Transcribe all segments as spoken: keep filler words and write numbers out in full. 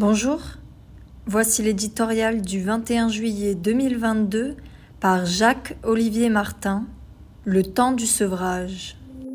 Bonjour, voici l'éditorial du vingt et un juillet deux mille vingt-deux par Jacques-Olivier Martin, Le temps du sevrage.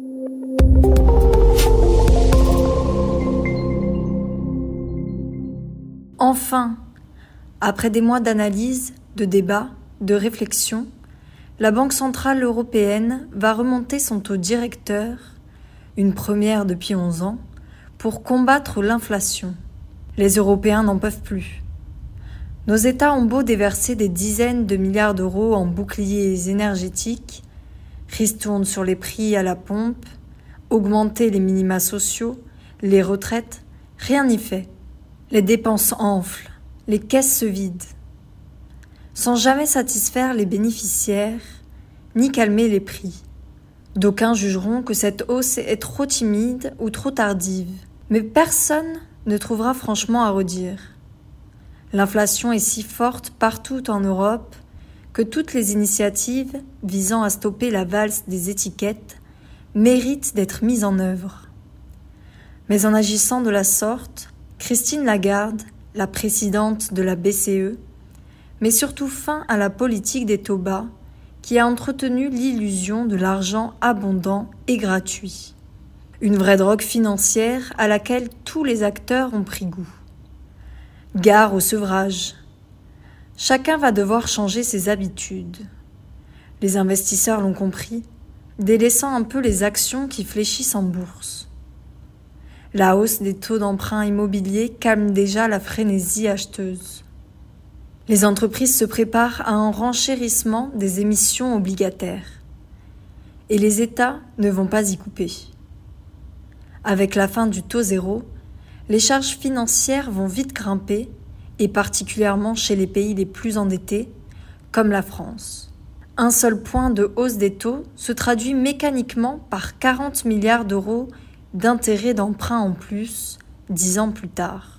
Enfin, après des mois d'analyse, de débat, de réflexion, la Banque centrale européenne va remonter son taux directeur, une première depuis onze ans, pour combattre l'inflation. Les Européens n'en peuvent plus. Nos États ont beau déverser des dizaines de milliards d'euros en boucliers énergétiques, ristourner sur les prix à la pompe, augmenter les minima sociaux, les retraites, rien n'y fait. Les dépenses enflent, les caisses se vident, sans jamais satisfaire les bénéficiaires, ni calmer les prix. D'aucuns jugeront que cette hausse est trop timide ou trop tardive, mais personne ne trouvera franchement à redire. L'inflation est si forte partout en Europe que toutes les initiatives visant à stopper la valse des étiquettes méritent d'être mises en œuvre. Mais en agissant de la sorte, Christine Lagarde, la présidente de la B C E, met surtout fin à la politique des taux bas qui a entretenu l'illusion de l'argent abondant et gratuit. Une vraie drogue financière à laquelle tous les acteurs ont pris goût. Gare au sevrage. Chacun va devoir changer ses habitudes. Les investisseurs l'ont compris, délaissant un peu les actions qui fléchissent en bourse. La hausse des taux d'emprunt immobilier calme déjà la frénésie acheteuse. Les entreprises se préparent à un renchérissement des émissions obligataires. Et les États ne vont pas y couper. Avec la fin du taux zéro, les charges financières vont vite grimper, et particulièrement chez les pays les plus endettés, comme la France. Un seul point de hausse des taux se traduit mécaniquement par quarante milliards d'euros d'intérêts d'emprunt en plus, dix ans plus tard.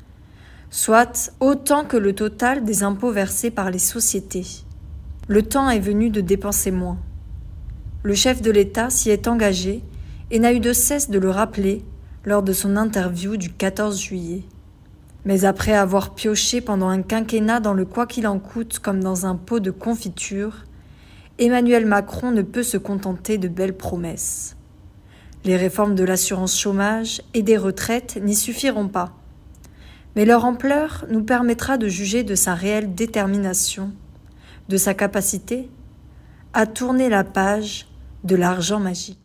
Soit autant que le total des impôts versés par les sociétés. Le temps est venu de dépenser moins. Le chef de l'État s'y est engagé et n'a eu de cesse de le rappeler lors de son interview du quatorze juillet. Mais après avoir pioché pendant un quinquennat dans le quoi qu'il en coûte comme dans un pot de confiture, Emmanuel Macron ne peut se contenter de belles promesses. Les réformes de l'assurance chômage et des retraites n'y suffiront pas. Mais leur ampleur nous permettra de juger de sa réelle détermination, de sa capacité à tourner la page de l'argent magique.